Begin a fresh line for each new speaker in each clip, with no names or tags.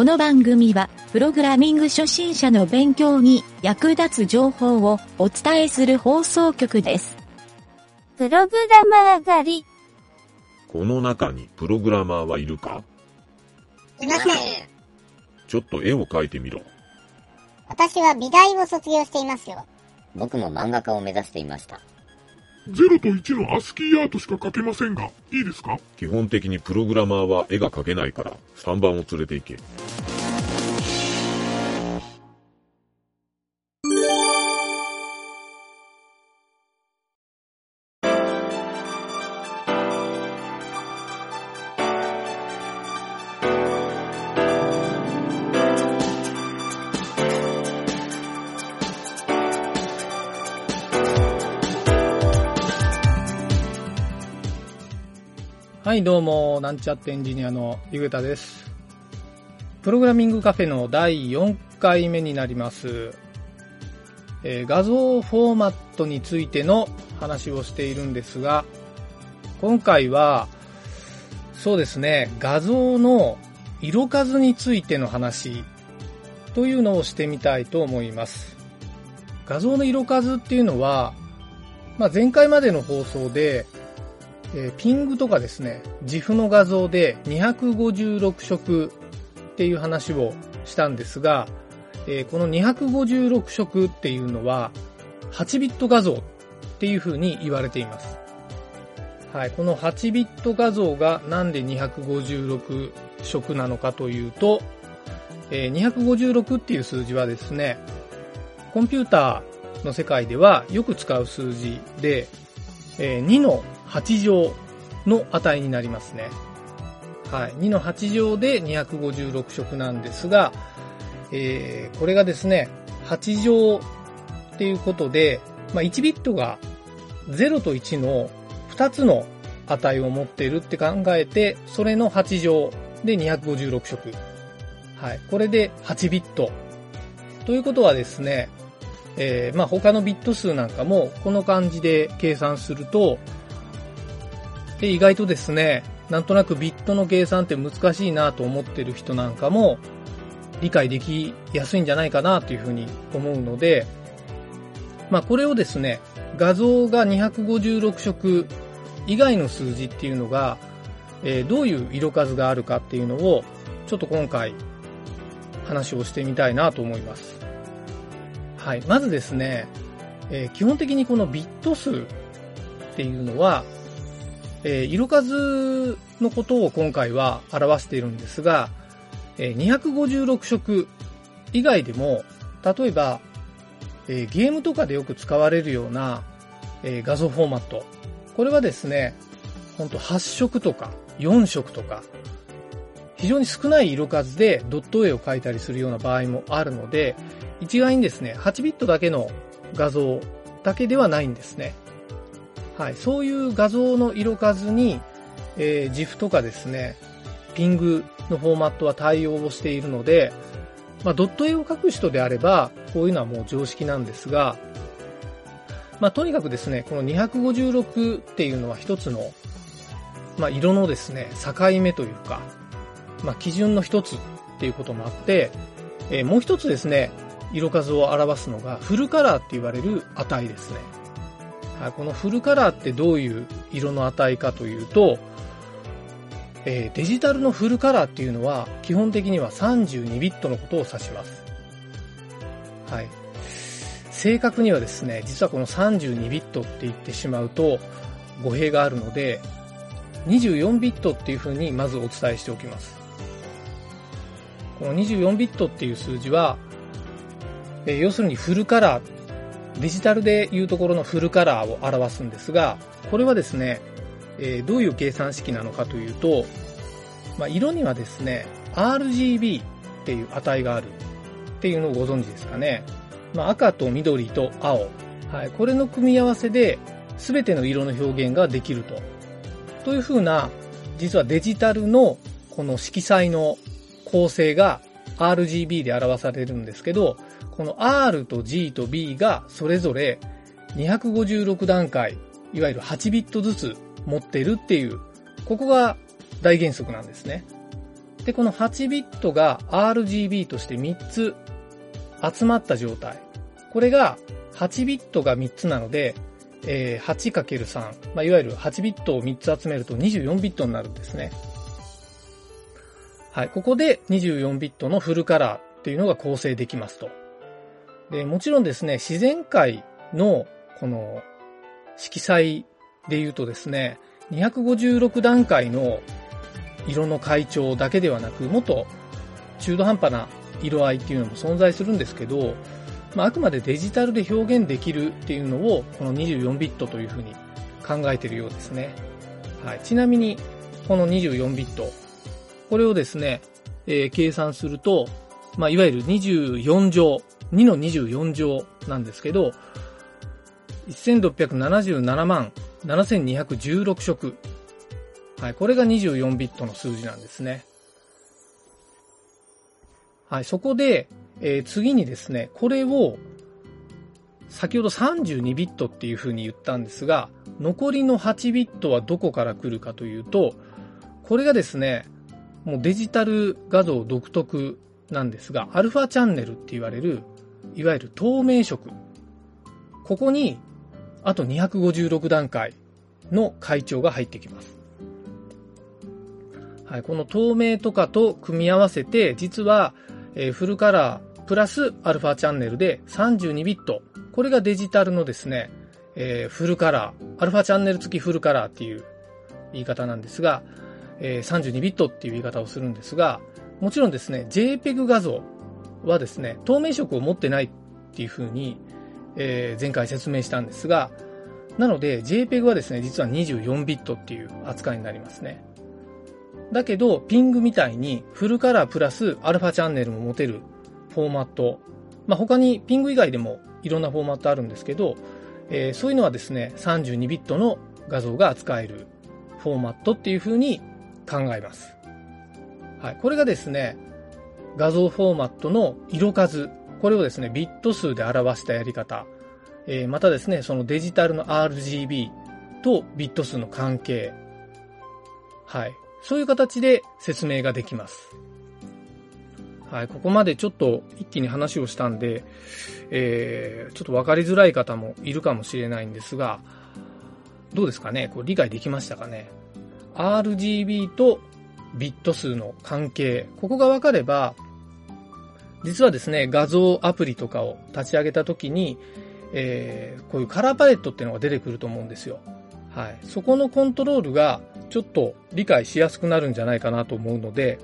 の番組は、プログラミング初心者の勉強に役立つ情報をお伝えする放送局です。
プログラマー狩り。
この中にプログラマーはいるか？
いません。
ちょっと絵を描いてみろ。
私は美大を卒業していますよ。
僕も漫画家を目指していました。
0と1のアスキーアートしか描けませんが、いいですか？
基本的にプログラマーは絵が描けないから3番を連れて行け。
はい、どうも、なんちゃってエンジニアのゆげたです。プログラミングカフェの第4回目になります。画像フォーマットについての話をしているんですが、今回は、そうですね、画像の色数についての話というのをしてみたいと思います。画像の色数っていうのは、前回までの放送で、ピングとかですね、GIF の画像で256色っていう話をしたんですが、この256色っていうのは8ビット画像っていう風に言われています。はい、この8ビット画像がなんで256色なのかというと、256っていう数字はですね、コンピューターの世界ではよく使う数字で、2の8乗の値になりますね。はい。2の8乗で256色なんですが、これがですね、8乗っていうことで、1ビットが0と1の2つの値を持っているって考えて、それの8乗で256色。はい。これで8ビット。ということはですね、他のビット数なんかもこの感じで計算すると、意外とですね、なんとなくビットの計算って難しいなと思ってる人なんかも理解できやすいんじゃないかなというふうに思うので、これをですね、画像が256色以外の数字っていうのが、どういう色数があるかっていうのをちょっと今回話をしてみたいなと思います。はい。まずですね、基本的にこのビット数っていうのは、色数のことを今回は表しているんですが、256色以外でも、例えば、ゲームとかでよく使われるような、画像フォーマット。これはですね、ほんと8色とか4色とか、非常に少ない色数でドット絵を描いたりするような場合もあるので、一概にですね、8ビットだけの画像だけではないんですね。はい。そういう画像の色数に、GIF とかですね、ピングのフォーマットは対応をしているので、ドット絵を描く人であれば、こういうのはもう常識なんですが、とにかくですね、この256っていうのは一つの、色のですね、境目というか、基準の一つっていうこともあって、もう一つですね、色数を表すのがフルカラーって言われる値ですね。はい、このフルカラーってどういう色の値かというと、デジタルのフルカラーっていうのは基本的には32ビットのことを指します。はい。正確にはですね、実はこの32ビットって言ってしまうと語弊があるので、24ビットっていうふうにまずお伝えしておきます。この24ビットっていう数字は、要するにフルカラー、デジタルでいうところのフルカラーを表すんですが、これはですね、どういう計算式なのかというと、色にはですね、RGB っていう値があるっていうのをご存知ですかね。赤と緑と青。はい、これの組み合わせで全ての色の表現ができると。というふうな、実はデジタルのこの色彩の構成が RGB で表されるんですけど、この R と G と B がそれぞれ256段階、いわゆる8ビットずつ持っているっていう、ここが大原則なんですね。 で、この8ビットが RGB として3つ集まった状態。これが8ビットが3つなので、8×3、いわゆる8ビットを3つ集めると24ビットになるんですね。はい、ここで24ビットのフルカラーっていうのが構成できますと。で、もちろんですね、自然界のこの色彩で言うとですね、256段階の色の階調だけではなく、もっと中途半端な色合いっていうのも存在するんですけど、あくまでデジタルで表現できるっていうのをこの24ビットというふうに考えているようですね。はい、ちなみにこの24ビット、これをですね、計算すると、いわゆる24乗、2の24乗なんですけど、1677万7216色。はい、これが24ビットの数字なんですね。はい、そこで、次にですね、これを先ほど32ビットっていう風に言ったんですが、残りの8ビットはどこから来るかというと、これがですね、もうデジタル画像独特なんですが、アルファチャンネルって言われる、いわゆる透明色。ここに、あと256段階の階調が入ってきます。はい、この透明とかと組み合わせて、実は、フルカラープラスアルファチャンネルで32ビット。これがデジタルのですね、フルカラー、アルファチャンネル付きフルカラーっていう言い方なんですが、32ビットっていう言い方をするんですが、もちろんですね、JPEG 画像はですね、透明色を持ってないっていうふうに、前回説明したんですが、なので JPEG はですね、実は24ビットっていう扱いになりますね。だけど、ピングみたいにフルカラープラスアルファチャンネルも持てるフォーマット。他にピング以外でもいろんなフォーマットあるんですけど、そういうのはですね、32ビットの画像が扱えるフォーマットっていう風に考えます。はい。これがですね、画像フォーマットの色数。これをですね、ビット数で表したやり方。またですね、そのデジタルの RGB とビット数の関係。はい。そういう形で説明ができます。はい。ここまでちょっと一気に話をしたんで、ちょっとわかりづらい方もいるかもしれないんですが、どうですかね？これ理解できましたかね？ RGB とビット数の関係。ここがわかれば、実はですね、画像アプリとかを立ち上げたときに、こういうカラーパレットっていうのが出てくると思うんですよ。はい。そこのコントロールがちょっと理解しやすくなるんじゃないかなと思うので、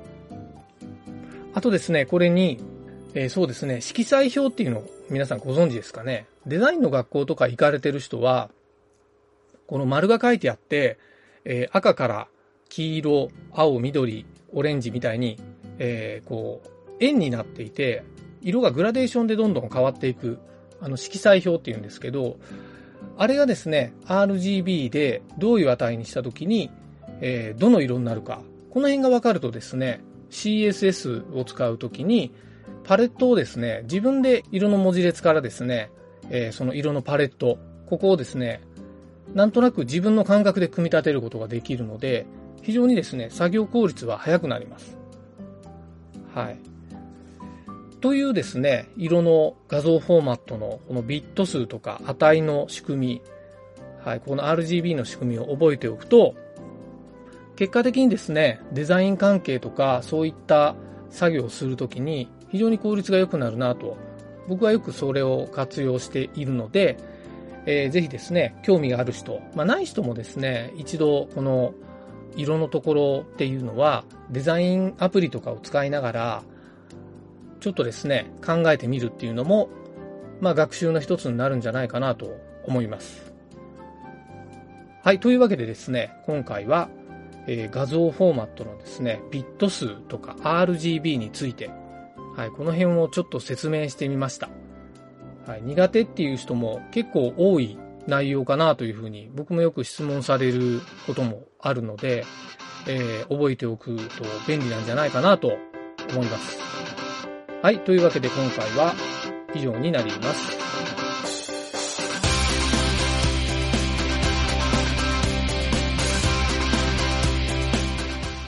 あとですね、これに、そうですね、色彩表っていうのを皆さんご存知ですかね。デザインの学校とか行かれてる人は、この丸が書いてあって、赤から黄色、青、緑、オレンジみたいに、こう、円になっていて、色がグラデーションでどんどん変わっていく、色彩表っていうんですけど、あれがですね、RGB でどういう値にしたときに、どの色になるか。この辺がわかるとですね、CSS を使うときに、パレットをですね、自分で色の文字列からですね、その色のパレット、ここをですね、なんとなく自分の感覚で組み立てることができるので、非常にですね、作業効率は早くなります。はい。というですね、色の画像フォーマットのこのビット数とか値の仕組み、はい、この RGB の仕組みを覚えておくと、結果的にですね、デザイン関係とかそういった作業をするときに非常に効率が良くなるなと、僕はよくそれを活用しているので、ぜひですね、興味がある人、ない人もですね、一度この色のところっていうのはデザインアプリとかを使いながらちょっとですね、考えてみるっていうのも、学習の一つになるんじゃないかなと思います。はい、というわけでですね、今回は、画像フォーマットのですね、ビット数とか RGB について、はい、この辺をちょっと説明してみました。はい、苦手っていう人も結構多い内容かなというふうに、僕もよく質問されることもあるので、覚えておくと便利なんじゃないかなと思います。はい。というわけで今回は以上になります。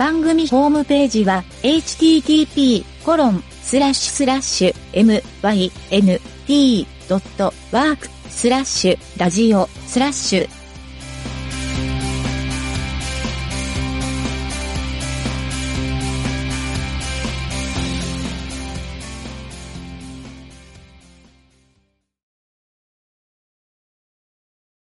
番組ホームページは http://myn.t.work/ラジオ/